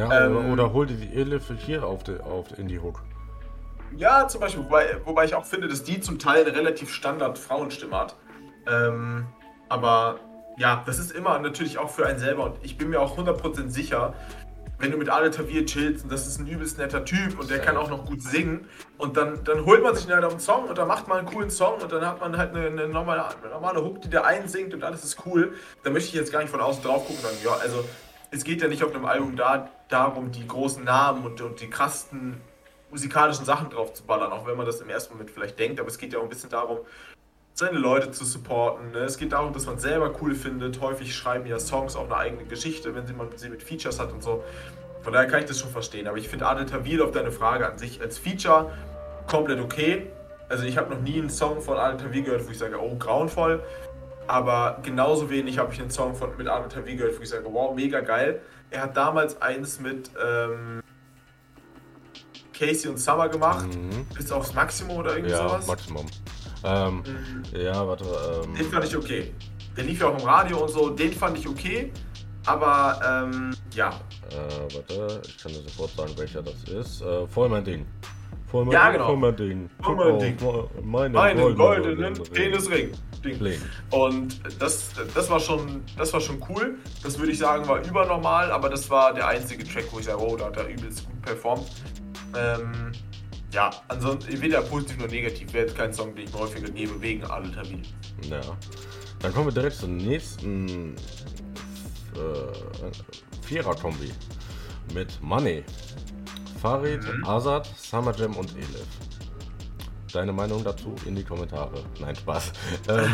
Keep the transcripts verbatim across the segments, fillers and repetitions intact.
Ja, ähm, oder, oder hol dir die Elif hier auf, die, auf in die Hook. Ja, zum Beispiel, wobei, wobei ich auch finde, dass die zum Teil eine relativ Standard Frauenstimme hat. Ähm, aber ja, das ist immer natürlich auch für einen selber und ich bin mir auch hundert Prozent sicher, wenn du mit Ale Tawil chillst und das ist ein übelst netter Typ und der kann auch noch gut singen und dann, dann holt man sich halt einen Song und dann macht man einen coolen Song und dann hat man halt eine, eine, normale, eine normale Hook, die der einsingt und alles ist cool. Da möchte ich jetzt gar nicht von außen drauf gucken und sagen, ja, also es geht ja nicht auf einem Album da, darum, die großen Namen und, und die krassen musikalischen Sachen drauf zu ballern, auch wenn man das im ersten Moment vielleicht denkt, aber es geht ja auch ein bisschen darum, seine Leute zu supporten. Ne? Es geht darum, dass man selber cool findet. Häufig schreiben ja Songs auch eine eigene Geschichte, wenn sie man sie mit Features hat und so. Von daher kann ich das schon verstehen. Aber ich finde Ale Tawil auf deine Frage an sich als Feature komplett okay. Also ich habe noch nie einen Song von Ale Tawil gehört, wo ich sage, oh, grauenvoll. Aber genauso wenig habe ich einen Song von, mit Ale Tawil gehört, wo ich sage, wow, mega geil. Er hat damals eins mit ähm, Casey und Summer gemacht, mhm. bis aufs Maximum oder irgendwie ja, sowas. Maximum. Ähm, mhm. Ja, warte. Ähm, den fand ich okay. Der lief ja auch im Radio und so, den fand ich okay. Aber, ähm, ja. Äh, warte, ich kann dir sofort sagen, welcher das ist. Äh, voll mein Ding. Voll mein ja, Ding, genau. Voll mein Ding. Voll mein Ding. Meine Meinen goldenen Penisring. Ding. Und das, das, war schon, das war schon cool. Das würde ich sagen, war übernormal, aber das war der einzige Track, wo ich sage, oh, da hat er übelst gut performt. Ähm, ja, ansonsten weder positiv noch negativ. Wäre jetzt kein Song, den ich mir häufiger gebe, wegen Ale Tawil. Ja. Dann kommen wir direkt zum nächsten äh, Vierer-Kombi mit Money. Farid, mhm. Azad, Summer Jam und Elif. Deine Meinung dazu in die Kommentare. Nein, Spaß. ähm,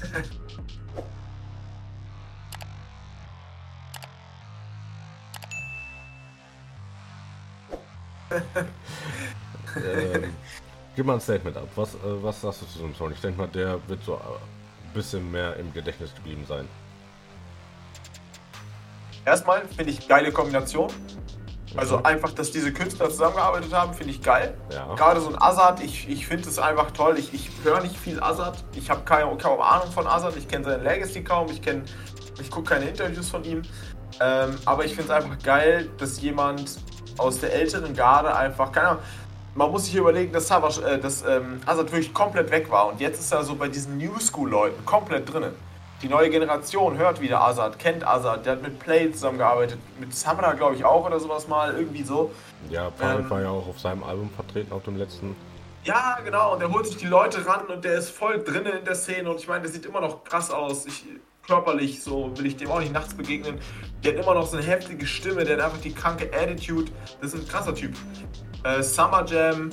ähm, gib mal ein Statement ab. Was, äh, was sagst du zu so einem Song? Ich denke mal, der wird so ein bisschen mehr im Gedächtnis geblieben sein. Erstmal finde ich geile Kombination. Also mhm. einfach, dass diese Künstler zusammengearbeitet haben, finde ich geil. Ja. Gerade so ein Azad, ich, ich finde es einfach toll. Ich, ich höre nicht viel Azad. Ich habe kaum, kaum Ahnung von Azad. Ich kenne seine Legacy kaum. Ich, kenn, ich gucke keine Interviews von ihm. Ähm, aber ich finde es einfach geil, dass jemand aus der älteren Garde einfach, keine Ahnung, man muss sich überlegen, dass, Savas, äh, dass ähm, Azad wirklich komplett weg war. Und jetzt ist er so bei diesen New School-Leuten komplett drinnen. Die neue Generation hört wieder Azad, kennt Azad, der hat mit Play zusammengearbeitet, mit Samra glaube ich auch oder sowas mal, irgendwie so. Ja, Farid ähm, war ja auch auf seinem Album vertreten, auf dem letzten. Ja, genau, und der holt sich die Leute ran und der ist voll drinnen in der Szene und ich meine, der sieht immer noch krass aus. Ich, körperlich, so will ich dem auch nicht nachts begegnen. Der hat immer noch so eine heftige Stimme, der hat einfach die kranke Attitude, das ist ein krasser Typ. Äh, Summer Jam,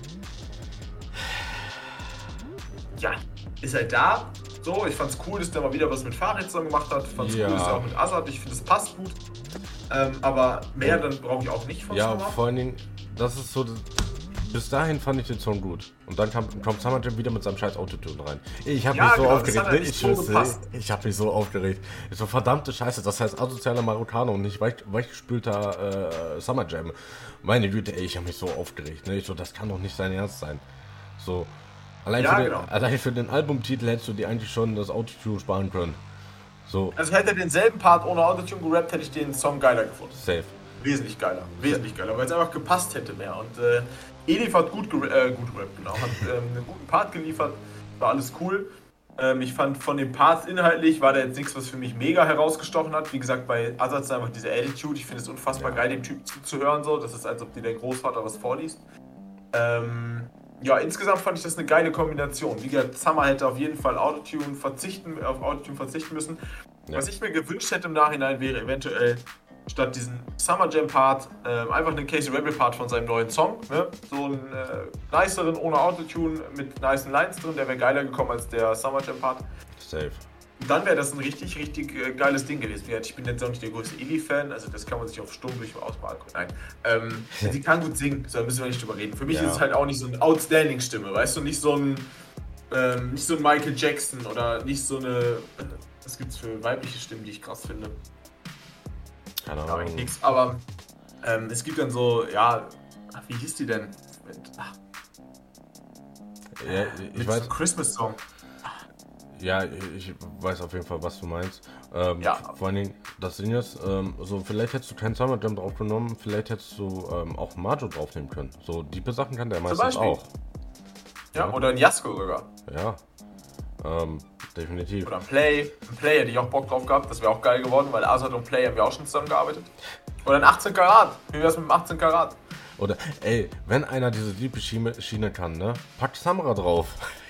ja, ist halt da. So, ich fand's cool, dass der mal wieder was mit Farid zusammen gemacht hat. Ich fand's ja. cool, dass er auch mit Azad, ich finde, es passt gut. Ähm, aber mehr dann brauche ich auch nicht von Ja, Summer. vor allen Dingen, das ist so, bis dahin fand ich den Song gut. Und dann kam, kommt Summer Jam wieder mit seinem scheiß Autotune rein. Ich habe ja, mich so genau, aufgeregt. Halt ich so ich habe mich so aufgeregt. Ich so, verdammte Scheiße, das heißt asozialer Marokkaner und nicht weich, weichgespülter äh, Summer Jam. Meine Güte, ey, ich habe mich so aufgeregt. Ne? Ich so, das kann doch nicht sein Ernst sein. So. Allein, ja, für den, genau. allein für den Albumtitel hättest du dir eigentlich schon das Autotune sparen können. So. Also hätte er denselben Part ohne Autotune gerappt, hätte ich den Song geiler gefunden. Safe. Wesentlich geiler. Wesentlich geiler, weil es einfach gepasst hätte mehr. Und äh, Elif hat gut, ger äh, gut gerappt, genau. Hat ähm, einen guten Part geliefert. War alles cool. Ähm, ich fand von den Parts inhaltlich war da jetzt nichts, was für mich mega herausgestochen hat. Wie gesagt, bei Azad ist einfach diese Attitude. Ich finde es unfassbar ja. geil, dem Typen zuzuhören. So. Das ist, als ob dir der Großvater was vorliest. Ähm... Ja, insgesamt fand ich das eine geile Kombination. Wie gesagt, Summer hätte auf jeden Fall Autotune verzichten, auf Autotune verzichten müssen. Ja. Was ich mir gewünscht hätte im Nachhinein wäre eventuell statt diesen Summer Jam Part äh, einfach einen Casey Rebel Part von seinem neuen Song. Ne? So einen äh, niceren ohne Autotune mit nicen Lines drin. Der wäre geiler gekommen als der Summer Jam Part. Safe. Dann wäre das ein richtig, richtig äh, geiles Ding gewesen. Ich bin jetzt auch nicht der größte Elif-Fan, also das kann man sich auf stumm durch ausmalen. Nein. Ähm, sie kann gut singen, so, da müssen wir nicht drüber reden. Für mich ja. ist es halt auch nicht so eine Outstanding-Stimme, weißt du? Nicht so ein, ähm, nicht so ein Michael Jackson oder nicht so eine. Äh, was gibt's für weibliche Stimmen, die ich krass finde? Keine Ahnung. Nix. Aber ähm, es gibt dann so, ja, ach, wie hieß die denn? Ach, ja, ich mit weiß. so einem Christmas-Song. Ja, ich weiß auf jeden Fall, was du meinst. Ähm, Ja. Vor allen Dingen, das Ding ist, ähm, so vielleicht hättest du keinen Summer Jam drauf genommen, vielleicht hättest du ähm, auch Majo draufnehmen können. So diepe Sachen kann der meistens Beispiel. auch. Ja, oder ein Jasko sogar. Ja, ähm, definitiv. Oder ein Play. Ein Play hätte ich auch Bock drauf gehabt. Das wäre auch geil geworden, weil Azad und Play haben wir auch schon zusammengearbeitet. Oder ein achtzehn Karat. Wie wär's mit dem achtzehn Karat? Oder, ey, wenn einer diese diepe Schiene, Schiene kann, ne, pack Samra drauf.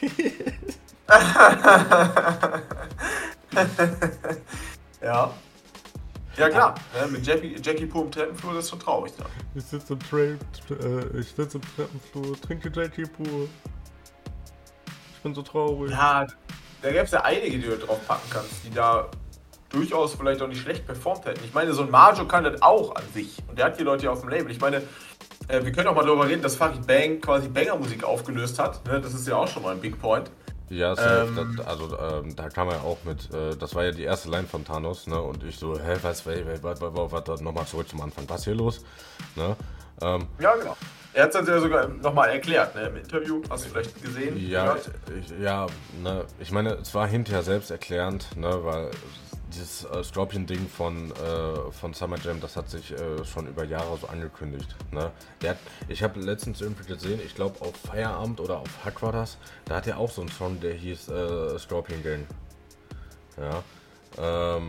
Ja. Ja klar, ne, mit Jackie, Jackie pur im Treppenflur, das ist schon traurig. Ja. Ich sitze im, Tra- äh, ich sitz im Treppenflur, trinke Jackie pur. Ich bin so traurig. Ja, da gäbe es ja einige, die du drauf packen kannst, die da durchaus vielleicht auch nicht schlecht performt hätten. Ich meine, so ein Majo kann das auch an sich. Und der hat die Leute ja auf dem Label. Ich meine, äh, wir können auch mal darüber reden, dass Farid Bang quasi Banger-Musik aufgelöst hat. Ne? Das ist ja auch schon mal ein Big Point. Ja, safe, Ähm, das, also ähm, da kam er auch mit, äh, das war ja die erste Line von Thanos, ne, und ich so, hä, was, was, was, was, was, was nochmal zurück zum Anfang, was hier los, ne, ähm, Ja, genau. Er hat es dann ja sogar nochmal erklärt, ne, im Interview, hast du vielleicht gesehen? ja, gehört? ich, ja, ne, ich meine, es war hinterher selbst erklärend, ne, weil dieses äh, Scorpion-Ding von, äh, von Summer Jam, das hat sich äh, schon über Jahre so angekündigt, ne, der hat, ich habe letztens irgendwie gesehen, ich glaube auf Feierabend oder auf Hack war das, da hat er auch so einen Song, der hieß äh, Scorpion Gang, ja, ähm,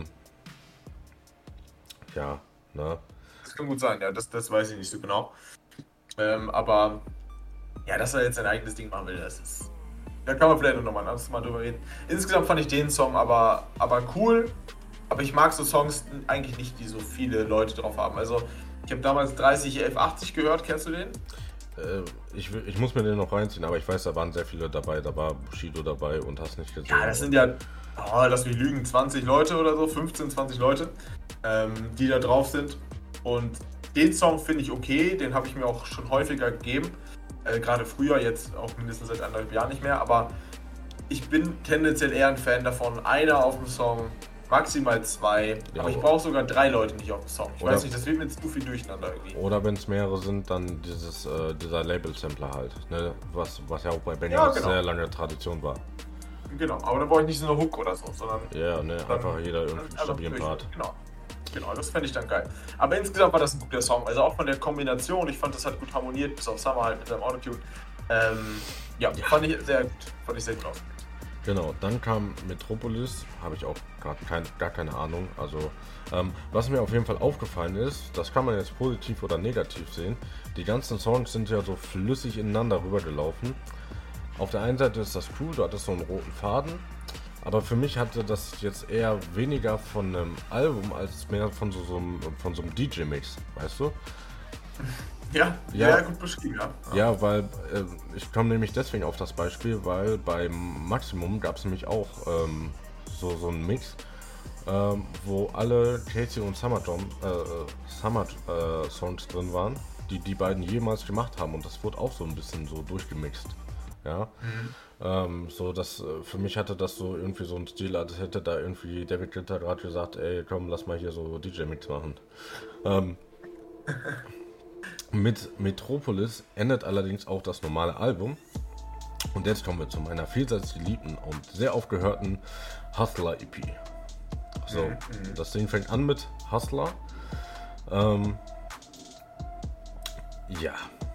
ja, ne, Das kann gut sein, ja, das, das weiß ich nicht so genau. Ähm, aber ja, dass er jetzt sein eigenes Ding machen will, das ist. Da kann man vielleicht noch mal ein anderes Mal drüber reden. Insgesamt fand ich den Song aber, aber cool. Aber ich mag so Songs eigentlich nicht, die so viele Leute drauf haben. Also, ich habe damals dreißig elf achtzig gehört, kennst du den? äh, ich, will- ich muss mir den noch reinziehen, aber ich weiß, da waren sehr viele dabei, da war Bushido dabei und hast nicht gesehen. Ja, das sind ja, oh, lass mich lügen, zwanzig Leute oder so, fünfzehn, zwanzig Leute, ähm, die da drauf sind. Und den Song finde ich okay, den habe ich mir auch schon häufiger gegeben. Äh, Gerade früher, jetzt auch mindestens seit anderthalb Jahren nicht mehr. Aber ich bin tendenziell eher ein Fan davon, einer auf dem Song, maximal zwei. Ja, aber ich aber- brauche sogar drei Leute nicht auf dem Song. Ich Oder- weiß nicht, das wird mir jetzt zu viel durcheinander irgendwie. Oder wenn es mehrere sind, dann dieses, äh, dieser Label-Sampler halt, ne? was, was ja auch bei Banger Ja, genau. sehr lange Tradition war. Genau, aber da brauche ich nicht so eine Hook oder so, sondern Ja, ne, Dann- einfach jeder irgendwie einen einfach stabilen durch. Part. Genau. Genau, das fände ich dann geil. Aber insgesamt war das ein guter Song. Also auch von der Kombination, ich fand, das hat gut harmoniert, bis auf Summer halt mit seinem Autotune. Ähm, ja, Ja. fand ich sehr gut. Fand ich sehr gut aus. Genau, dann kam Metropolis, habe ich auch gar, kein, gar keine Ahnung. Also, ähm, was mir auf jeden Fall aufgefallen ist, das kann man jetzt positiv oder negativ sehen, die ganzen Songs sind ja so flüssig ineinander rübergelaufen. Auf der einen Seite ist das cool, du hattest so einen roten Faden, aber für mich hatte das jetzt eher weniger von einem Album als mehr von so, so einem, von so einem D J-Mix, weißt du? Ja, Ja. sehr gut beschrieben, ja. Ja, weil äh, ich komme nämlich deswegen auf das Beispiel, weil beim Maximum gab es nämlich auch ähm, so, so einen Mix, ähm, wo alle Casey und Summer, Jom, äh, Summer äh, Songs drin waren, die die beiden jemals gemacht haben, und das wurde auch so ein bisschen so durchgemixt. Ja, ähm, so dass äh, für mich hatte das so irgendwie so einen Stil, als hätte da irgendwie David Guetta gerade gesagt, ey komm, lass mal hier so D J-Mix machen. Ähm, Mit Metropolis endet allerdings auch das normale Album. Und jetzt kommen wir zu meiner vielseitig geliebten und sehr aufgehörten Hustler E P. So, das Ding fängt an mit Hustler. Ähm, ja.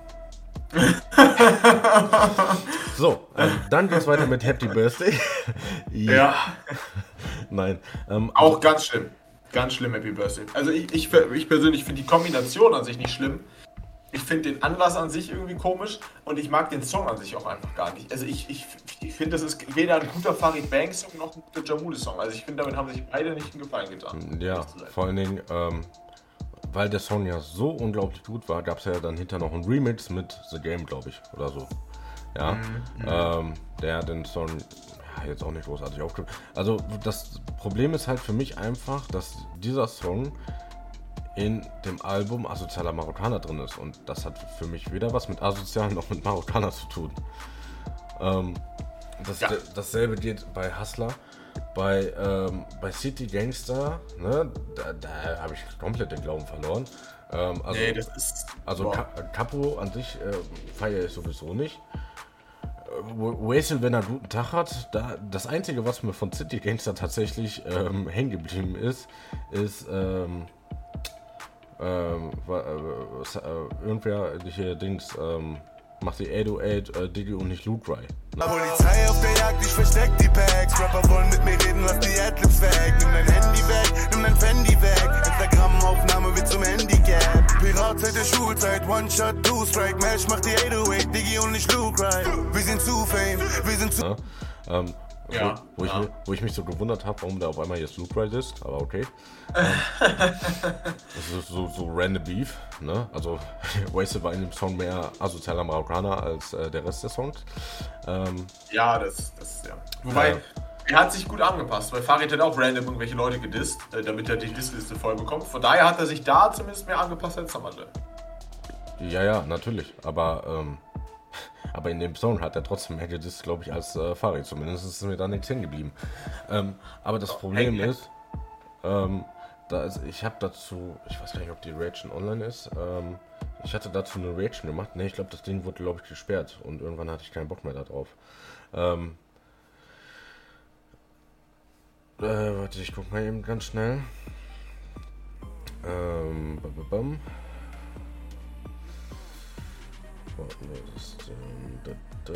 So, ähm, dann geht's weiter mit Happy Birthday. Ja. Nein. Ähm, Auch ganz schlimm. Ganz schlimm, Happy Birthday. Also ich, ich, ich persönlich finde die Kombination an sich nicht schlimm. Ich finde den Anlass an sich irgendwie komisch und ich mag den Song an sich auch einfach gar nicht. Also ich, ich, ich finde, das ist weder ein guter Farid Bang Song noch ein guter Jamule Song. Also ich finde, damit haben sich beide nicht einen Gefallen getan. Ja, ehrlich zu sein. vor allen Dingen, ähm, weil der Song ja so unglaublich gut war, gab es ja dann hinter noch einen Remix mit The Game, glaube ich, oder so. Ja, ähm, der den Song ja, jetzt auch nicht großartig aufgehört. Also das Problem ist halt für mich einfach, dass dieser Song in dem Album Asozialer Marokkaner drin ist, und das hat für mich weder was mit Asozial noch mit Marokkaner zu tun. Ähm, das, Ja. Dasselbe geht bei Hustler. Bei, ähm, bei City Gangster, ne, da, da habe ich komplett den Glauben verloren. Ähm, also, Nee, das ist. also boah. Ka Capo an sich äh, feiere ich sowieso nicht. Äh, Waisel, wenn er einen guten Tag hat, da, das Einzige, was mir von City Gangster tatsächlich ähm, hängen geblieben ist, ist, ähm, ähm, äh, äh, irgendwer, hier Dings, ähm, macht die acht null acht, äh, Diggy und nicht Luke Ray. Ne? Polizei auf der Jagd, ich versteck die Packs. Rapper wollen mit mir reden, lass die Adlibs weg. Nimm dein Handy weg, nimm dein Fendi weg. Instagram-Aufnahme wird zum Handicap. Pirat seit der Schulzeit, One-Shot, Two-Strike. Mesh macht die acht null acht, Diggy und nicht Luke Ray. Wir sind zu fame, wir sind zu... Ja, ähm, Ja, wo, wo, ja. ich, wo ich mich so gewundert habe, warum der auf einmal jetzt Luke Ray ist, aber okay. ähm, das ist so, so random Beef, ne? Also Wasted war in dem Song mehr asozialer Marokkaner als äh, der Rest der Songs. Ähm, Ja, das, das, ja. Wobei, Ja. er hat sich gut angepasst, weil Farid hat auch random irgendwelche Leute gedisst, äh, damit er die Dissliste voll bekommt. Von daher hat er sich da zumindest mehr angepasst als Summerjam. ja, ja, natürlich, aber ähm, aber in dem Song hat er trotzdem mehr gedisst, glaube ich, als äh, Farid. Zumindest ist mir da nichts hängen geblieben. Ähm, aber das Problem hängen ist, ähm, da ist, ich habe dazu, ich weiß gar nicht, ob die Reaction online ist. Ähm, ich hatte dazu eine Reaction gemacht. Ne, ich glaube, das Ding wurde, glaube ich, gesperrt und irgendwann hatte ich keinen Bock mehr darauf. Ähm, äh, warte, ich guck mal eben ganz schnell. Ähm, bam, bam, bam. Oh, nee, das ist, ähm, da, da.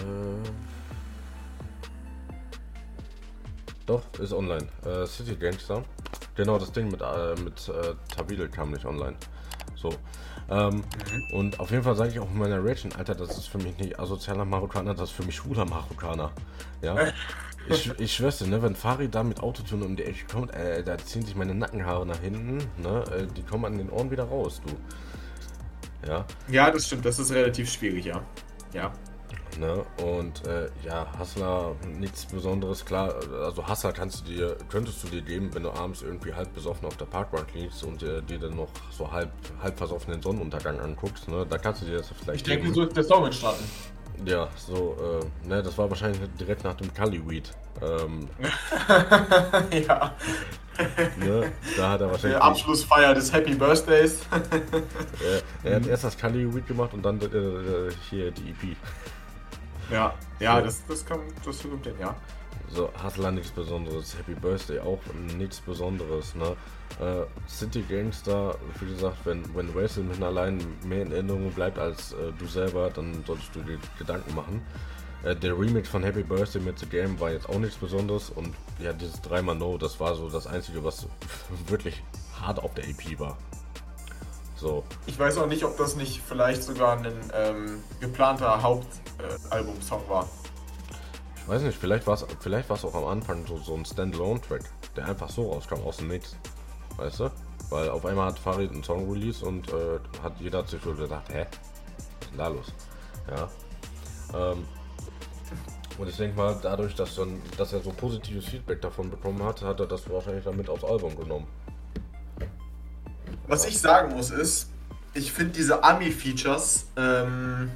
Doch, ist online. Äh, City Gangster. Genau, das Ding mit, äh, mit äh, Tabile kam nicht online. So. Ähm, mhm. Und auf jeden Fall sage ich auch in meiner Reaction, Alter, das ist für mich nicht asozialer Marokkaner, das ist für mich schwuler Marokkaner. Ja. Ich, ich schwör's dir, ne, wenn Farid da mit Autotune um die Ecke kommt, äh, da ziehen sich meine Nackenhaare nach hinten, ne, äh, die kommen an den Ohren wieder raus, du. Ja. Ja, das stimmt, das ist relativ schwierig, ja. Ja. Ne? Und äh, ja, Hustler, nichts Besonderes, klar, also Hustler kannst du dir, könntest du dir geben, wenn du abends irgendwie halb besoffen auf der Parkbank liegst und äh, dir dann noch so halb, halb versoffen den Sonnenuntergang anguckst, ne? Da kannst du dir das vielleicht Ich denke, geben. so ist der Song entstanden. Ja, so, äh, ne, das war wahrscheinlich direkt nach dem Cali-Weed. Ähm, Ja. ne? Da hat er wahrscheinlich... Der Abschlussfeier des Happy Birthdays. Er, er hat erst das Cali-Weed gemacht und dann äh, hier die E P. Ja, ja, So. das, das kann, das kommt hin, ja. So, Hustler nichts Besonderes, Happy Birthday auch nichts Besonderes, ne? Äh, City Gangster, wie gesagt, wenn, wenn Waisel mit allein mehr in Erinnerung bleibt als äh, du selber, dann solltest du dir Gedanken machen. Äh, der Remix von Happy Birthday mit The Game war jetzt auch nichts Besonderes und ja, dieses dreimal No, das war so das Einzige, was wirklich hart auf der E P war. So. Ich weiß auch nicht, ob das nicht vielleicht sogar ein ähm, geplanter Hauptalbum-Song äh, war. Ich weiß nicht, vielleicht war es vielleicht war's auch am Anfang so, so ein Standalone-Track, der einfach so rauskam aus dem Nix. Weißt du? Weil auf einmal hat Farid einen Song released und äh, hat jeder hat sich so gedacht, hä? Was ist denn da los? Ja. Ähm, und ich denke mal, dadurch, dass, dann, dass er so positives Feedback davon bekommen hat, hat er das wahrscheinlich dann mit aufs Album genommen. Was ich sagen muss ist, ich finde diese Ami-Features ähm,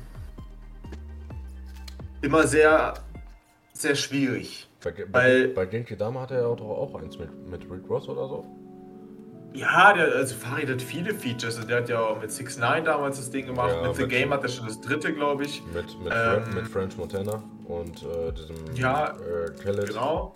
immer sehr, sehr schwierig. Bei, bei, Weil- bei Genki Dama hatte er auch, doch auch eins mit, mit Rick Ross oder so. Ja, der, also Farid hat viele Features. Der hat ja auch mit six nine damals das Ding gemacht. Ja, mit The mit- Game hat er schon das dritte, glaube ich. Mit, mit, Ähm, Fre- mit French Montana und äh, diesem Ja, äh, Khaled. Genau.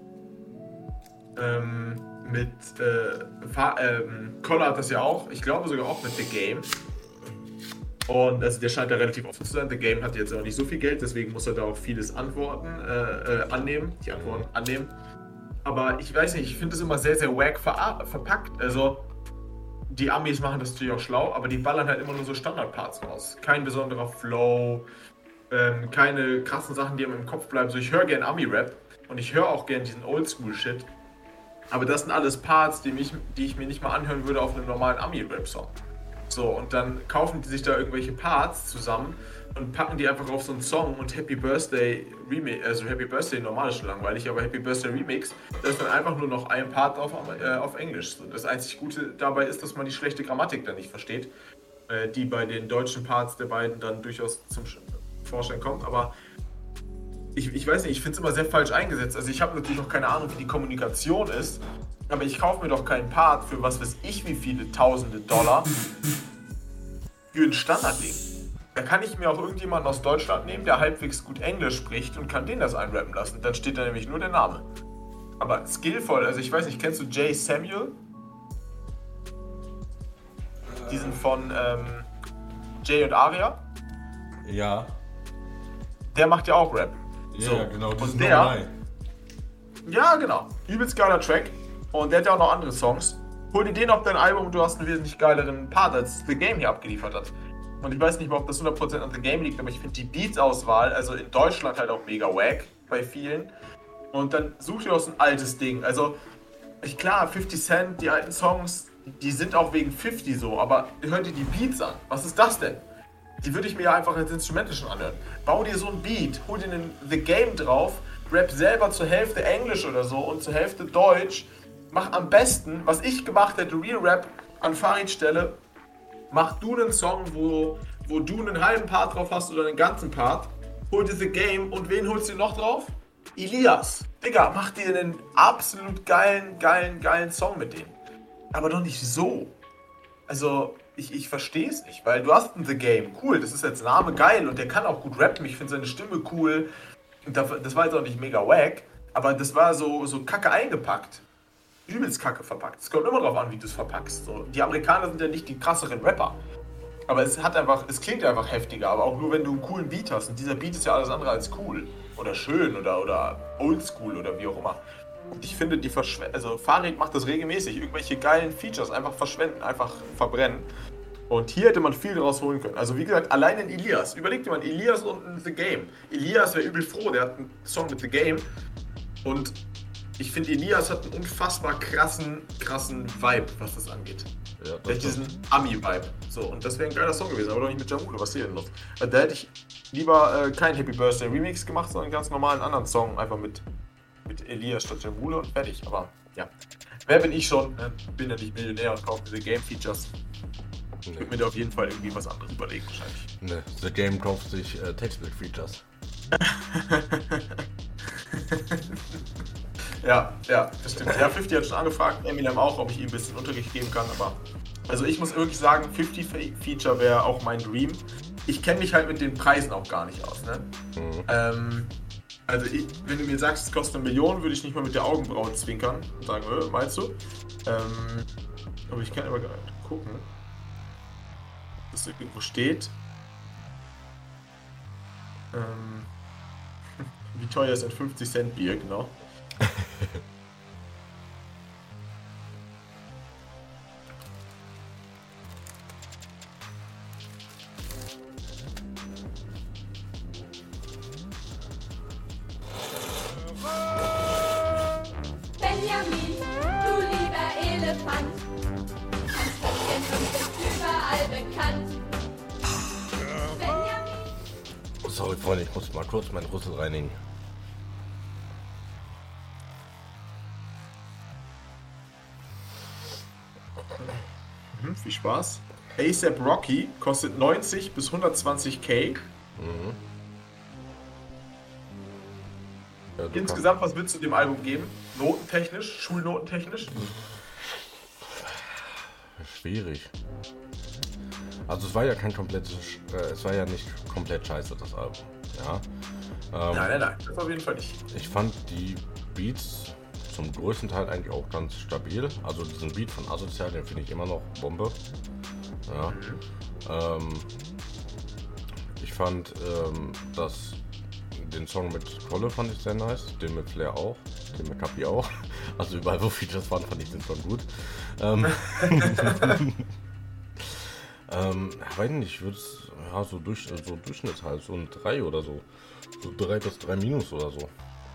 Ähm, mit äh, Fa ähm, Collar hat das ja auch. Ich glaube sogar auch mit The Game. Und also der scheint da relativ offen zu sein. The Game hat jetzt auch nicht so viel Geld, deswegen muss er da auch vieles antworten, äh, äh, annehmen. Die Antworten annehmen. Aber ich weiß nicht, ich finde es immer sehr, sehr wack ver verpackt. Also, die Amis machen das natürlich auch schlau, aber die ballern halt immer nur so Standardparts raus. Kein besonderer Flow, ähm, keine krassen Sachen, die einem im Kopf bleiben. So, ich höre gern Ami-Rap und ich höre auch gern diesen Oldschool-Shit. Aber das sind alles Parts, die, mich, die ich mir nicht mal anhören würde auf einem normalen Ami-Rap-Song. So, und dann kaufen die sich da irgendwelche Parts zusammen und packen die einfach auf so einen Song und Happy Birthday Remix, also Happy Birthday normal ist schon langweilig, aber Happy Birthday Remix, da ist dann einfach nur noch ein Part auf, äh, auf Englisch. So, das einzig Gute dabei ist, dass man die schlechte Grammatik dann nicht versteht, äh, die bei den deutschen Parts der beiden dann durchaus zum Vorschein kommt, aber ich, ich weiß nicht, ich finde es immer sehr falsch eingesetzt. Also ich habe natürlich noch keine Ahnung, wie die Kommunikation ist, aber ich kaufe mir doch keinen Part für was weiß ich wie viele tausende Dollar für ein Standardding. Da kann ich mir auch irgendjemanden aus Deutschland nehmen, der halbwegs gut Englisch spricht und kann den das einrappen lassen. Dann steht da nämlich nur der Name. Aber skillvoll, also ich weiß nicht, kennst du Jay Samuel? Diesen von ähm, Jay und Aria? Ja. Der macht ja auch Rap. Ja, so. genau. Und der, ja, genau. Übelst geiler Track. Und der hat ja auch noch andere Songs. Hol dir den auf dein Album und du hast einen wesentlich geileren Part, als The Game hier abgeliefert hat. Und ich weiß nicht mal, ob das hundert Prozent an The Game liegt, aber ich finde die Beats-Auswahl, also in Deutschland halt auch mega wack bei vielen. Und dann such dir aus ein altes Ding. Also, ich, klar, fifty Cent, die alten Songs, die sind auch wegen fifty so, aber hör dir die Beats an. Was ist das denn? Die würde ich mir ja einfach als Instrumente schon anhören. Bau dir so ein Beat, hol dir einen The Game drauf, rap selber zur Hälfte Englisch oder so und zur Hälfte Deutsch. Mach am besten, was ich gemacht hätte, Real Rap an Farid Stelle. Mach du einen Song, wo, wo du einen halben Part drauf hast oder einen ganzen Part. Hol dir The Game und wen holst du noch drauf? Elias. Digga, mach dir einen absolut geilen, geilen, geilen Song mit denen. Aber doch nicht so. Also, ich, ich verstehe es nicht, weil du hast einen The Game. Cool, das ist jetzt Name geil und der kann auch gut rappen. Ich finde seine Stimme cool. Und das war jetzt auch nicht mega wack, aber das war so, so kacke eingepackt. Übelst kacke verpackt. Es kommt immer drauf an, wie du es verpackst. So, die Amerikaner sind ja nicht die krasseren Rapper. Aber es hat einfach, es klingt einfach heftiger, aber auch nur wenn du einen coolen Beat hast. Und dieser Beat ist ja alles andere als cool. Oder schön oder, oder oldschool oder wie auch immer. Und ich finde, die verschwenden. Also Farid macht das regelmäßig. Irgendwelche geilen Features einfach verschwenden, einfach verbrennen. Und hier hätte man viel daraus holen können. Also wie gesagt, allein in Elias. Überleg dir mal, Elias und ein The Game. Elias wäre übel froh, der hat einen Song mit The Game. Und ich finde, Elias hat einen unfassbar krassen, krassen Vibe, was das angeht. Ja, der hat diesen Ami-Vibe. So, und das wäre ein geiler Song gewesen, aber doch nicht mit Jamule, was hier denn los? Da hätte ich lieber äh, kein Happy Birthday Remix gemacht, sondern einen ganz normalen anderen Song, einfach mit, mit Elias statt Jamule und fertig. Aber ja, wer bin ich schon? Äh, bin ja nicht Millionär und kaufe diese Game-Features. Ich nee. würde mir da auf jeden Fall irgendwie was anderes überlegen, wahrscheinlich. Ne, The Game kauft sich äh, Textbild-Features. Ja, ja, das stimmt. Ja, fifty hat schon angefragt, Eminem auch, ob ich ihm ein bisschen Unterricht geben kann, aber also ich muss wirklich sagen, fifty Feature wäre auch mein Dream. Ich kenne mich halt mit den Preisen auch gar nicht aus, ne? Mhm. Ähm, also ich, wenn du mir sagst, es kostet eine Million, würde ich nicht mal mit der Augenbraue zwinkern und sagen, äh, meinst du? Ähm, aber ich kann aber gerade gucken, dass irgendwo steht. Ähm, wie teuer ist ein fünfzig Cent Bier, genau? Benjamin, du lieber Elefant, kannst Häppchen und bist überall bekannt. Benjamin. Sorry, Freunde, ich muss mal kurz meinen Rüssel reinigen. Mhm, viel Spaß. A$AP Rocky kostet neunzig bis hundertzwanzig K. Mhm. Ja, insgesamt, was würdest du dem Album geben? Notentechnisch, schulnotentechnisch? Schwierig. Also es war ja kein komplettes, äh, es war ja nicht komplett scheiße, das Album. Ja. Ähm, nein, nein, nein, das auf jeden Fall nicht. Ich fand die Beats zum größten Teil eigentlich auch ganz stabil. Also diesen Beat von Asozial, den finde ich immer noch Bombe. Ja. Mhm. Ähm, ich fand ähm, das den Song mit Kolle fand ich sehr nice, den mit Flair auch, den mit Kapi auch. Also überall wo Features waren, fand ich den Song gut. Ähm, ähm, ich weiß nicht, ich würde es ja, so, durch, so Durchschnitt halt, so ein drei oder so. So drei bis drei minus oder so.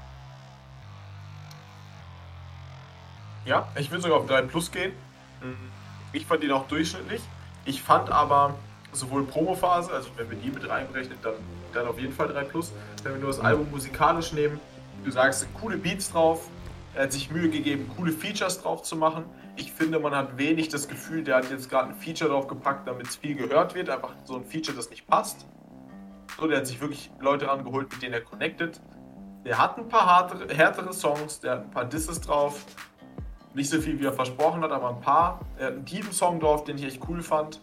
Ja, ich würde sogar auf drei plus gehen. Ich fand ihn auch durchschnittlich. Ich fand aber sowohl Promophase, also wenn wir die mit reinberechnen, dann, dann auf jeden Fall drei plus. Wenn wir nur das Album musikalisch nehmen, du sagst, sind coole Beats drauf, er hat sich Mühe gegeben, coole Features drauf zu machen. Ich finde, man hat wenig das Gefühl, der hat jetzt gerade ein Feature drauf gepackt, damit es viel gehört wird. Einfach so ein Feature, das nicht passt. So, der hat sich wirklich Leute rangeholt, mit denen er connected. Der hat ein paar härtere, härtere Songs, der hat ein paar Disses drauf. Nicht so viel, wie er versprochen hat, aber ein paar. Er hat einen tiefen Song drauf, den ich echt cool fand.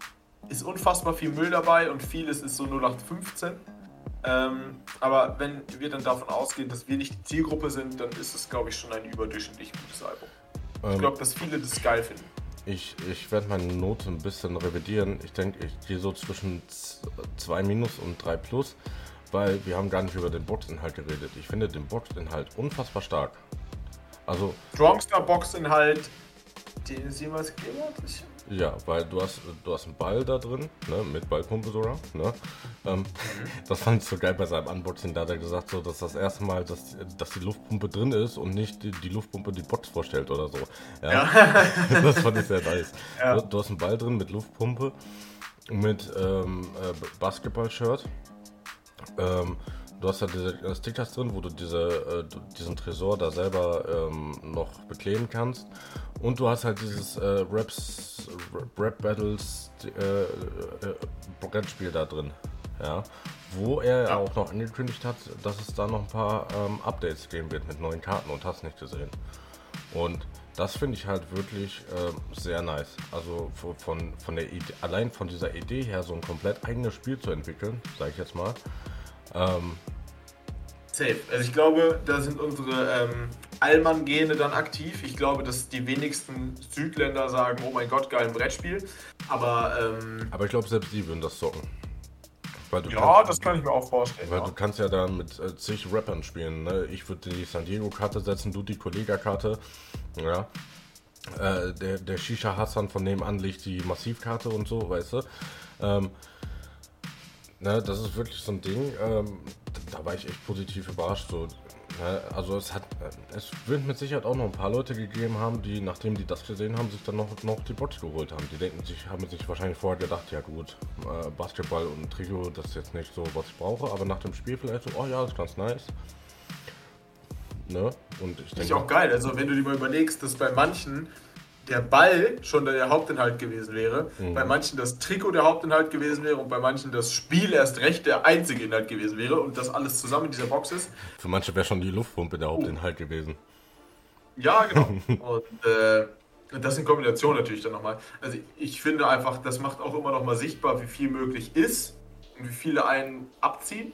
ist unfassbar viel Müll dabei und vieles ist so null acht fünfzehn. Ähm, aber wenn wir dann davon ausgehen, dass wir nicht die Zielgruppe sind, dann ist es, glaube ich, schon ein überdurchschnittlich gutes Album. Ähm, ich glaube, dass viele das geil finden. Ich, ich werde meine Note ein bisschen revidieren. Ich denke, ich gehe so zwischen zwei Minus und drei Plus, weil wir haben gar nicht über den Boxinhalt geredet. Ich finde den Boxinhalt unfassbar stark. Also Strongster Boxinhalt, den es jemals gegeben hat. Ich ja, weil du hast, du hast einen Ball da drin, ne, mit Ballpumpe sogar, ne. Ähm, das fand ich so geil bei seinem Unboxing, da hat er gesagt, so, dass das erste Mal, dass, dass die Luftpumpe drin ist und nicht die, die Luftpumpe die Box vorstellt oder so. Ja, ja. Das fand ich sehr nice. Ja. Du, du hast einen Ball drin mit Luftpumpe, mit ähm, äh, Basketball-Shirt. Ähm, Du hast ja diese Stickers drin, wo du diese, äh, diesen Tresor da selber ähm, noch bekleben kannst. Und du hast halt dieses äh, Raps, Rap Battles äh, äh, Brettspiel da drin. Ja? Wo er ja auch noch angekündigt hat, dass es da noch ein paar ähm, Updates geben wird mit neuen Karten und hast nicht gesehen. Und das finde ich halt wirklich äh, sehr nice. Also von, von der Idee, allein von dieser Idee her, so ein komplett eigenes Spiel zu entwickeln, sage ich jetzt mal. Ähm, Safe. Also ich glaube, da sind unsere ähm, Allmann-Gene dann aktiv. Ich glaube, dass die wenigsten Südländer sagen, oh mein Gott, geil, ein Brettspiel. Aber ähm, aber ich glaube, selbst die würden das zocken. Weil du ja, kannst, das kann ich mir auch vorstellen. Weil ja. du kannst ja da mit äh, zig Rappern spielen. Ne? Ich würde die San Diego-Karte setzen, du die Kollega-Karte. Ja. Äh, der der Shisha Hassan von nebenan legt die Massivkarte und so, weißt du. Ähm, ne, das ist wirklich so ein Ding. Ähm, da war ich echt positiv überrascht. So. Ne? Also es hat, es wird mit Sicherheit auch noch ein paar Leute gegeben haben, die, nachdem die das gesehen haben, sich dann noch, noch die Box geholt haben. Die denken sich, haben sich wahrscheinlich vorher gedacht, ja gut, äh, Basketball und Trio, das ist jetzt nicht so, was ich brauche, aber nach dem Spiel vielleicht so, oh ja, das ist ganz nice. Ne? Und ich denke, ist auch geil. Also wenn du dir mal überlegst, dass bei manchen der Ball schon der Hauptinhalt gewesen wäre, mhm. bei manchen das Trikot der Hauptinhalt gewesen wäre und bei manchen das Spiel erst recht der einzige Inhalt gewesen wäre und das alles zusammen in dieser Box ist. Für manche wäre schon die Luftpumpe der Hauptinhalt oh. gewesen. Ja, genau. Und äh, das in Kombination natürlich dann nochmal. Also ich finde einfach, das macht auch immer nochmal sichtbar, wie viel möglich ist und wie viele einen abziehen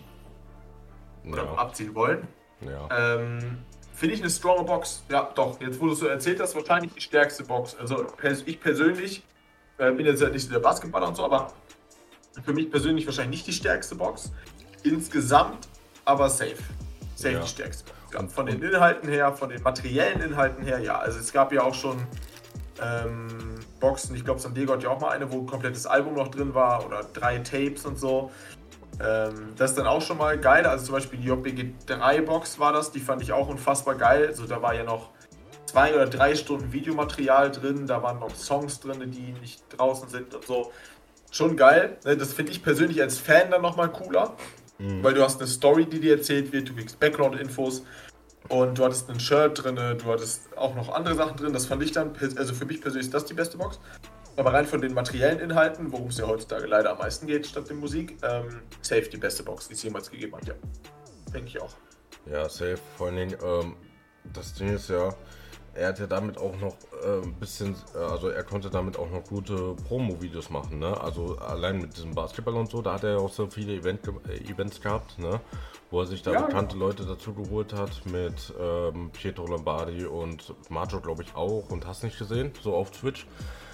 oder ja. abziehen wollen. Ja. Ähm, Finde ich eine stronge Box. Ja, doch. Jetzt, wo du es so erzählt hast, wahrscheinlich die stärkste Box. Also ich persönlich äh, bin jetzt ja nicht so der Basketballer und so, aber für mich persönlich wahrscheinlich nicht die stärkste Box. Insgesamt aber safe. Safe ja. die stärkste Box. Ja, von den Inhalten her, von den materiellen Inhalten her, ja. Also es gab ja auch schon ähm, Boxen, ich glaube San Diego hat ja auch mal eine, wo ein komplettes Album noch drin war oder drei Tapes und so. Ähm, das ist dann auch schon mal geil, also zum Beispiel die J B G drei Box war das, die fand ich auch unfassbar geil, also da war ja noch zwei oder drei Stunden Videomaterial drin, da waren noch Songs drin, die nicht draußen sind und so, schon geil, das finde ich persönlich als Fan dann nochmal cooler, mhm. weil du hast eine Story, die dir erzählt wird, du kriegst Background-Infos und du hattest ein Shirt drin, du hattest auch noch andere Sachen drin, das fand ich dann, also für mich persönlich ist das die beste Box. Aber rein von den materiellen Inhalten, worum es ja heutzutage leider am meisten geht, statt der Musik, ähm, safe die beste Box, die es jemals gegeben hat, ja. Denke ich auch. Ja, safe. Vor allen Dingen, ähm, das Ding ist ja, er hat ja damit auch noch äh, ein bisschen, äh, also er konnte damit auch noch gute Promo-Videos machen, ne? Also allein mit diesem Basketball und so, da hat er ja auch so viele Event, äh, Events gehabt, ne? Wo er sich da ja, bekannte ja. Leute dazu geholt hat, mit ähm, Pietro Lombardi und Macho, glaube ich, auch, und hast nicht gesehen, so auf Twitch.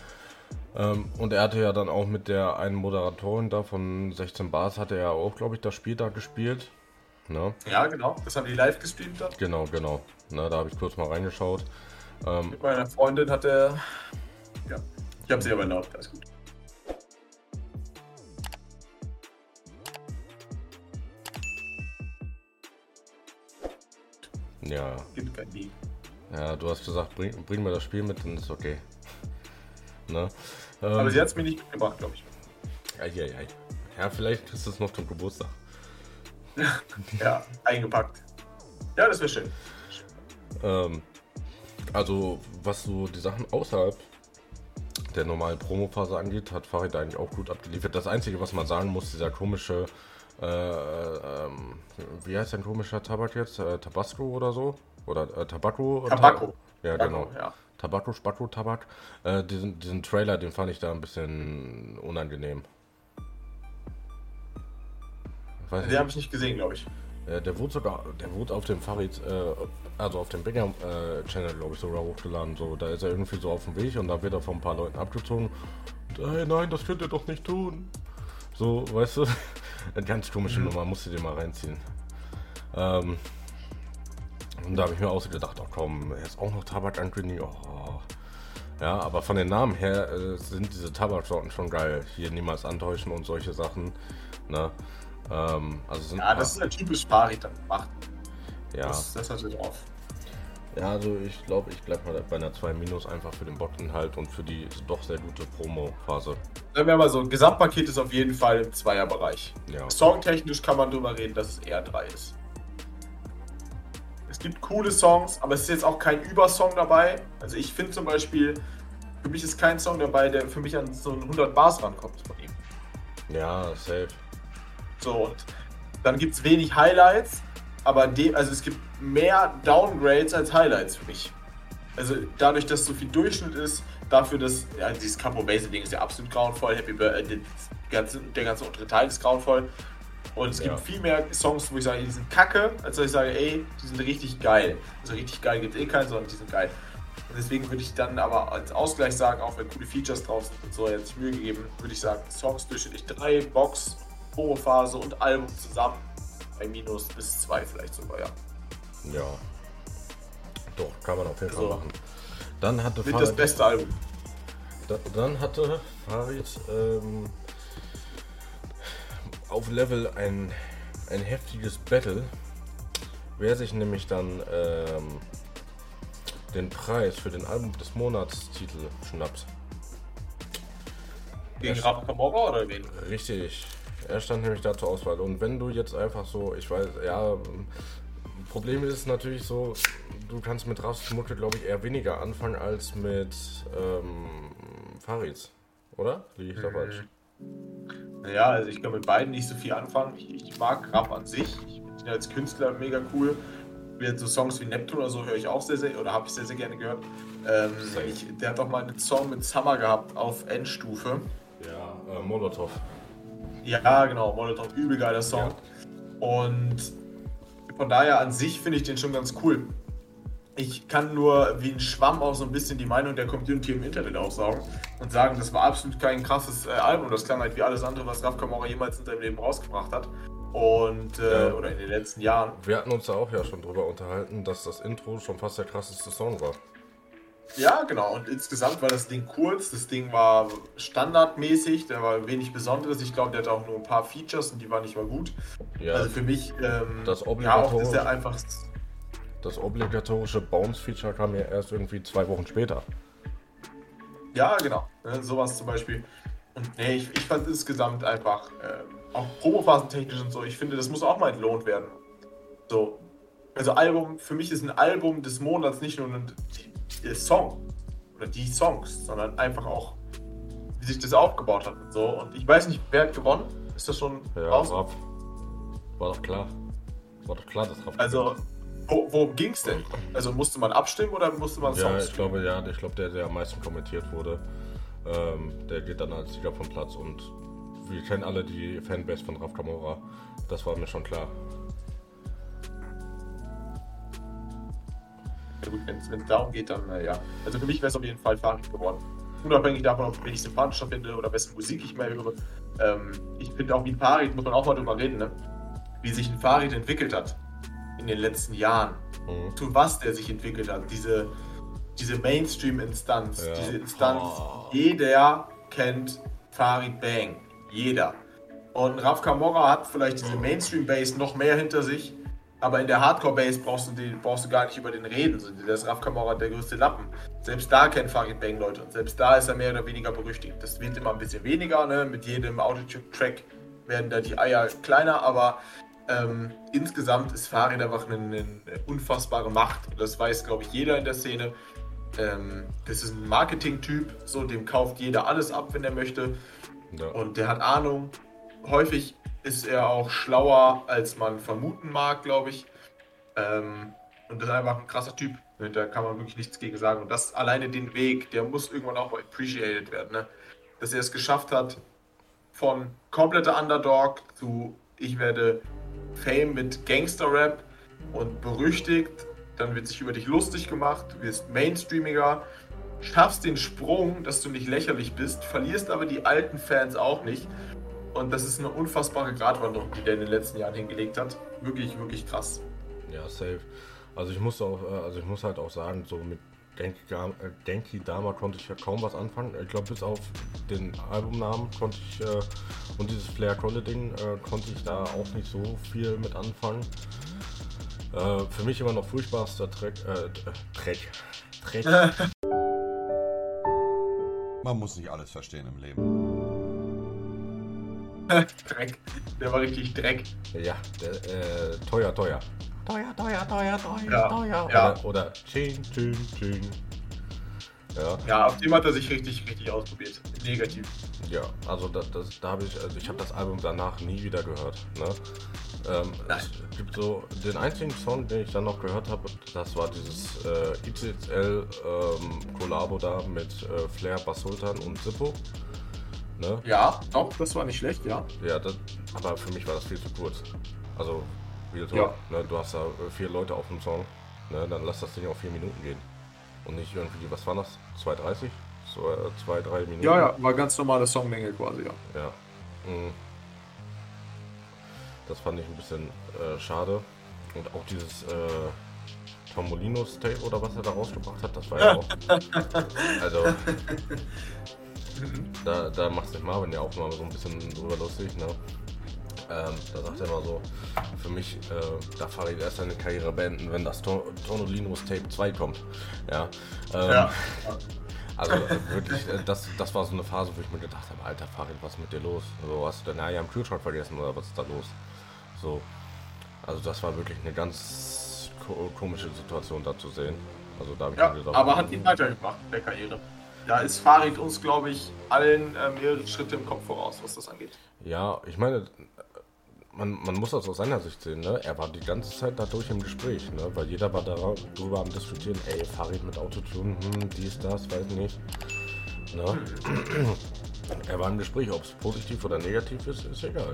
Ähm, und er hatte ja dann auch mit der einen Moderatorin da von sechzehn Bars, hatte er ja auch, glaube ich, das Spiel da gespielt. Ne? Ja, genau. Das haben die live gestreamt dann. Genau, genau. Ne, da habe ich kurz mal reingeschaut. Ähm, mit meiner Freundin hat er... Ja, ich habe sie aber laut, alles gut. Ja. Gibt kein Lied. Ja, du hast gesagt, bring, bring mir das Spiel mit, dann ist okay. Ne? Ähm, aber sie hat es mir nicht mitgebracht, glaube ich. Eieiei. Ja, vielleicht kriegst du es noch zum Geburtstag. Ja, eingepackt. Ja, das wäre schön. Ähm, also, was so die Sachen außerhalb der normalen Promophase angeht, hat Farid eigentlich auch gut abgeliefert. Das Einzige, was man sagen muss, dieser komische, äh, ähm, wie heißt ein komischer Tabak jetzt? Äh, Tabasco oder so? Oder äh, Tabacco? Tabacco. Ja, Tabacco, genau. Ja. Tabako, Spako, Tabak. Äh, diesen, diesen Trailer, den fand ich da ein bisschen unangenehm. Ich weiß Den nicht. habe ich nicht gesehen, glaube ich. Äh, der wurde sogar, der wurde auf dem Farid, äh, also auf dem Bigger äh, Channel, glaube ich, sogar hochgeladen. So, da ist er irgendwie so auf dem Weg und da wird er von ein paar Leuten abgezogen. Und, hey, nein, das könnt ihr doch nicht tun. So, weißt du, eine ganz komische mhm. Nummer, musst du dir mal reinziehen. Ähm, und da habe ich mir auch so gedacht, oh komm, er ist auch noch Tabak angekündigt. Oh. Ja, aber von den Namen her äh, sind diese Tabaksorten schon geil. Hier niemals antäuschen und solche Sachen. Ne? Ähm, also sind ja, das ist ein typisch Farid dann gemacht. Ja. Das, das hat er drauf. Ja, also ich glaube, ich bleibe mal bei einer zwei minus einfach für den Bockinhalt und für die doch sehr gute Promo-Phase. Sagen wir mal so, ein Gesamtpaket ist auf jeden Fall im Zweierbereich. Ja. Songtechnisch kann man drüber reden, dass es eher drei ist. Es gibt coole Songs, aber es ist jetzt auch kein Übersong dabei. Also ich finde zum Beispiel, für mich ist kein Song dabei, der für mich an so ein hundert Bars rankommt von ihm. Ja, safe. So, und dann gibt es wenig Highlights, aber de- also es gibt mehr Downgrades als Highlights für mich. Also dadurch, dass so viel Durchschnitt ist, dafür, dass, ja, dieses Capo Basic Ding ist ja absolut grauenvoll, Happy Birthday, ganze, der ganze untere Teil ist grauenvoll. Und es Ja. gibt viel mehr Songs, wo ich sage, die sind kacke, als dass ich sage, ey, die sind richtig geil. Also richtig geil gibt es eh keinen, sondern die sind geil. Und deswegen würde ich dann aber als Ausgleich sagen, auch wenn coole Features drauf sind und so, er hat sich Mühe gegeben, würde ich sagen, Songs durchschnittlich drei, Box, Promophase und Album zusammen. Bei minus bis zwei vielleicht sogar, ja. Ja. Doch, kann man auf jeden Fall So. machen. Dann hatte Mit das beste Album. Da, dann hatte Farid ähm, auf Level ein, ein heftiges Battle. Wer sich nämlich dann ähm, den Preis für den Album des Monats Titel schnappt. Gegen Ja. Rafa Camorra oder wen? Richtig. Er stand nämlich da zur Auswahl. Und wenn du jetzt einfach so, ich weiß, ja, Problem ist natürlich so, du kannst mit Rafs Mucke, glaube ich, eher weniger anfangen als mit ähm, Farids. Oder? Liege ich da falsch? Naja, also ich kann mit beiden nicht so viel anfangen. Ich, ich mag Rap an sich. Ich finde ihn als Künstler mega cool. So Songs wie Neptun oder so höre ich auch sehr, sehr, oder habe ich sehr, sehr gerne gehört. Ähm, ich, der hat auch mal einen Song mit Summer gehabt auf Endstufe. Ja, äh, Molotov. Ja, genau, Molotov, übel geiler Song. Ja. Und von daher an sich finde ich den schon ganz cool. Ich kann nur wie ein Schwamm auch so ein bisschen die Meinung der Community im Internet aufsaugen und sagen, das war absolut kein krasses äh, Album. Das klang halt wie alles andere, was Raf Camorra jemals in seinem Leben rausgebracht hat. Und, äh, Ja. oder in den letzten Jahren. Wir hatten uns da auch ja schon drüber unterhalten, dass das Intro schon fast der krasseste Song war. Ja, genau. Und insgesamt war das Ding kurz. Das Ding war standardmäßig. Der war wenig Besonderes. Ich glaube, der hatte auch nur ein paar Features und die waren nicht mal gut. Ja, Also für mich, ähm, das ja, auch obligatorische- ist er einfach. das obligatorische Bounce-Feature kam ja erst irgendwie zwei Wochen später. Ja, genau. Ne, sowas zum Beispiel. Und nee, ich, ich fand insgesamt einfach, äh, auch promophasentechnisch und so, ich finde, das muss auch mal entlohnt werden. So. Also Album, für mich ist ein Album des Monats nicht nur ein der Song oder die Songs, sondern einfach auch, wie sich das aufgebaut hat und so. Und ich weiß nicht, wer hat gewonnen? Ist das schon Ja, draußen? Raff. War doch klar. War doch klar, dass Raff. Also, wo, worum ging's denn? Also musste man abstimmen oder musste man Ja, Songs ich glaube, ja, ich glaube, der, der am meisten kommentiert wurde, ähm, der geht dann als Sieger vom Platz und wir kennen alle die Fanbase von Raf Camorra. Das war mir schon klar. Ja gut, wenn es darum geht, dann äh, ja. Also für mich wäre es auf jeden Fall Farid geworden. Unabhängig davon, ob ich sympathischer finde oder wessen Musik ich mehr höre. Ähm, ich finde auch wie ein Farid, muss man auch mal drüber reden, ne? Wie sich ein Farid entwickelt hat in den letzten Jahren. Mhm. Zu was der sich entwickelt hat. Diese, diese Mainstream-Instanz. Ja. Diese Instanz. Oh. Jeder kennt Farid Bang. Jeder. Und Raf Camorra hat vielleicht diese Mainstream-Base noch mehr hinter sich. Aber in der Hardcore-Base brauchst du, den, brauchst du gar nicht über den reden. Der ist Raf Camorra der größte Lappen. Selbst da kennt Farid Bang Leute. Und selbst da ist er mehr oder weniger berüchtigt. Das wird immer ein bisschen weniger. Ne? Mit jedem Autotune-Track werden da die Eier kleiner. Aber ähm, insgesamt ist Farid einfach eine, eine unfassbare Macht. Und das weiß, glaube ich, jeder in der Szene. Ähm, das ist ein Marketing-Typ. So, dem kauft jeder alles ab, wenn er möchte. Ja. Und der hat Ahnung. Häufig ist er auch schlauer, als man vermuten mag, glaube ich. Ähm, und das ist einfach ein krasser Typ. Ne, da kann man wirklich nichts gegen sagen. Und das alleine den Weg, der muss irgendwann auch mal appreciated werden. Ne? Dass er es geschafft hat, von kompletter Underdog zu ich werde Fame mit Gangster-Rap und berüchtigt, dann wird sich über dich lustig gemacht, du wirst mainstreamiger, schaffst den Sprung, dass du nicht lächerlich bist, verlierst aber die alten Fans auch nicht. Und das ist eine unfassbare Gratwanderung, die der in den letzten Jahren hingelegt hat. Wirklich, wirklich krass. Ja, safe. Also ich muss auch, äh, also ich muss halt auch sagen, so mit Genki, Ga- äh, Genki Dama konnte ich ja kaum was anfangen. Ich glaube, bis auf den Albumnamen konnte ich äh, und dieses Flair Kolle Ding äh, konnte ich da auch nicht so viel mit anfangen. Äh, für mich immer noch furchtbarster Track, äh, Track, Track. Man muss nicht alles verstehen im Leben. Dreck. Der war richtig Dreck. Ja, der, äh, teuer, teuer. Teuer, teuer, teuer, teuer, Ja, teuer. ja. Oder, oder Ching, Ching, Ching. Ja, Ja, auf dem hat er sich richtig, richtig ausprobiert. Negativ. ja, also da, das, da habe ich, also ich habe das Album danach nie wieder gehört. Ne? Ähm, Nein. es gibt so den einzigen Song, den ich dann noch gehört habe, das war dieses äh, I C X L ähm, Kollabo da mit äh, Flair, Bass Sultan und Zippo. Ne? Ja, doch, das war nicht schlecht, ja. Ja, das, aber für mich war das viel zu kurz. Also, wie gesagt, Ja. ne, du hast da äh, vier Leute auf dem Song, ne, dann lass das Ding auf vier Minuten gehen. Und nicht irgendwie, was war das? zwei dreißig? So, äh, zwei, drei Minuten? Ja, ja, war ganz normale Songlänge quasi, ja. Ja. Mhm. Das fand ich ein bisschen äh, schade. Und auch dieses äh, Tom Molinos Tape oder was er da rausgebracht hat, das war ja auch. Also. Da, da macht sich Marvin ja auch mal so ein bisschen drüber lustig, ne? Ähm, da sagt er immer so, für mich, äh, da fahre ich erst seine Karriere beenden, wenn das Ton- Tonolinos Tape zwei kommt. Ja. Ähm, Ja. Also äh, wirklich, äh, das, das war so eine Phase, wo ich mir gedacht habe, Alter Farid, was ist mit dir los? So, hast du deine Eier im Kühlschrank vergessen oder was ist da los? So, also das war wirklich eine ganz ko- komische Situation da zu sehen. Also da habe ich Ja, mir gedacht, aber hat ihn weitergebracht in der Karriere. Da ist Farid uns, glaube ich, allen äh, mehrere Schritte im Kopf voraus, was das angeht. Ja, ich meine, man, man muss das aus seiner Sicht sehen, ne? Er war die ganze Zeit dadurch im Gespräch, ne? Weil jeder war darüber am Diskutieren, ey, Farid mit Autotune, hm, dies, das, weiß nicht. Ne? Er war im Gespräch, ob es positiv oder negativ ist, ist egal.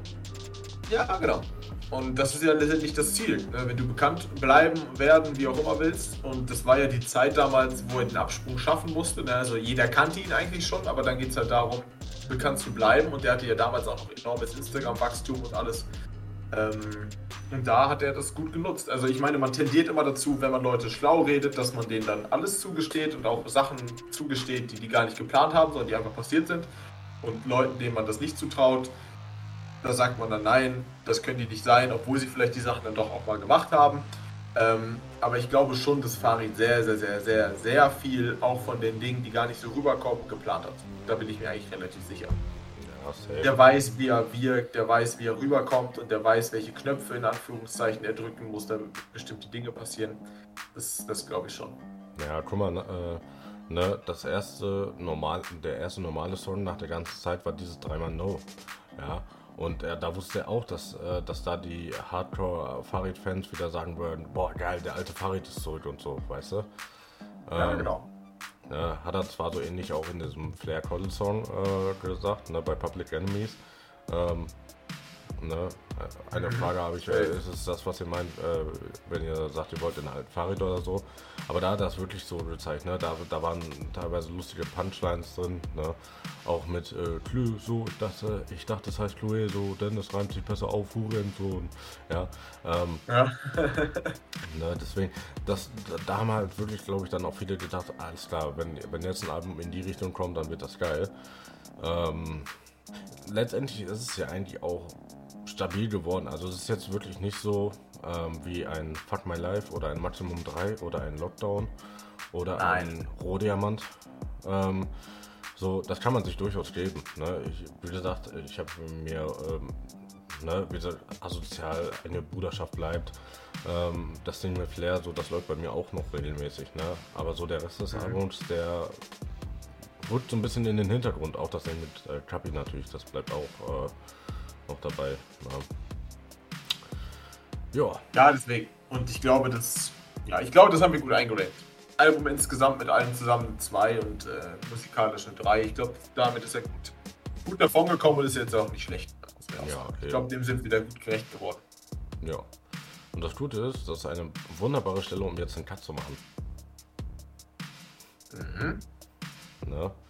Ja, genau. Und das ist ja letztendlich das Ziel. ne? Wenn du bekannt bleiben, werden, wie auch immer willst. Und das war ja die Zeit damals, wo er den Absprung schaffen musste. ne? Also jeder kannte ihn eigentlich schon, aber dann geht es halt darum, bekannt zu bleiben. Und der hatte ja damals auch noch enormes Instagram-Wachstum und alles. Ähm, und da hat er das gut genutzt. Also ich meine, man tendiert immer dazu, wenn man Leute schlau redet, dass man denen dann alles zugesteht und auch Sachen zugesteht, die die gar nicht geplant haben, sondern die einfach passiert sind. Und Leuten, denen man das nicht zutraut, da sagt man dann nein, das können die nicht sein, obwohl sie vielleicht die Sachen dann doch auch mal gemacht haben. Ähm, aber ich glaube schon, dass Farid sehr, sehr, sehr, sehr, sehr viel auch von den Dingen, die gar nicht so rüberkommen, geplant hat. Da bin ich mir eigentlich relativ sicher. Ja, safe. Der weiß, wie er wirkt, der weiß, wie er rüberkommt und der weiß, welche Knöpfe in Anführungszeichen er drücken muss, damit bestimmte Dinge passieren. Das, das glaube ich schon. Ja, guck mal, äh, ne, das erste normal, der erste normale Song nach der ganzen Zeit war dieses dreimal No. Ja. Und äh, da wusste er auch, dass, äh, dass da die Hardcore-Farid-Fans wieder sagen würden, boah geil, der alte Farid ist zurück und so, weißt du? Ja, Ähm, genau. Ne, hat er zwar so ähnlich auch in diesem Flair Kolle Song äh, gesagt, ne, bei Public Enemies. Ähm, ne, eine Frage habe ich, äh, ist es das, was ihr meint, äh, wenn ihr sagt, ihr wollt den alten Farid oder so? Aber da hat er das wirklich so gezeigt, ne? da, da waren teilweise lustige Punchlines drin, ne? Auch mit äh, Clou, so, ich dachte, ich dachte, es heißt Chloe, so, denn es reimt sich besser auf, Hurensohn, ja. Ähm, Ja. Ne, deswegen, das, da, da haben halt wirklich, glaube ich, dann auch viele gedacht, alles klar, wenn, wenn jetzt ein Album in die Richtung kommt, dann wird das geil. Ähm, letztendlich ist es ja eigentlich auch stabil geworden. Also es ist jetzt wirklich nicht so ähm, wie ein Fuck My Life oder ein Maximum drei oder ein Lockdown oder Nein. ein Rohdiamant. Ähm, so, das kann man sich durchaus geben. Ne? Ich, wie gesagt, ich habe mir ähm, ne, wie gesagt, asozial eine Bruderschaft bleibt. Ähm, das Ding mit Flair, so, das läuft bei mir auch noch regelmäßig. Ne? Aber so der Rest des Mhm. Albums, der rückt so ein bisschen in den Hintergrund. Auch das Ding mit äh, Chappi natürlich, das bleibt auch äh, noch dabei. Ne? Ja, Ja, deswegen. Und ich glaube, dass Ja, ich glaube, das haben wir gut eingerankt. Album insgesamt mit allem zusammen zwei und äh, musikalisch eine drei. Ich glaube, damit ist er gut, gut davon gekommen und ist jetzt auch nicht schlecht. Ja, okay. Ich glaube, dem sind wir da gut gerecht geworden. Ja. Und das Gute ist, das ist eine wunderbare Stelle, um jetzt einen Cut zu machen. Mhm. Ne?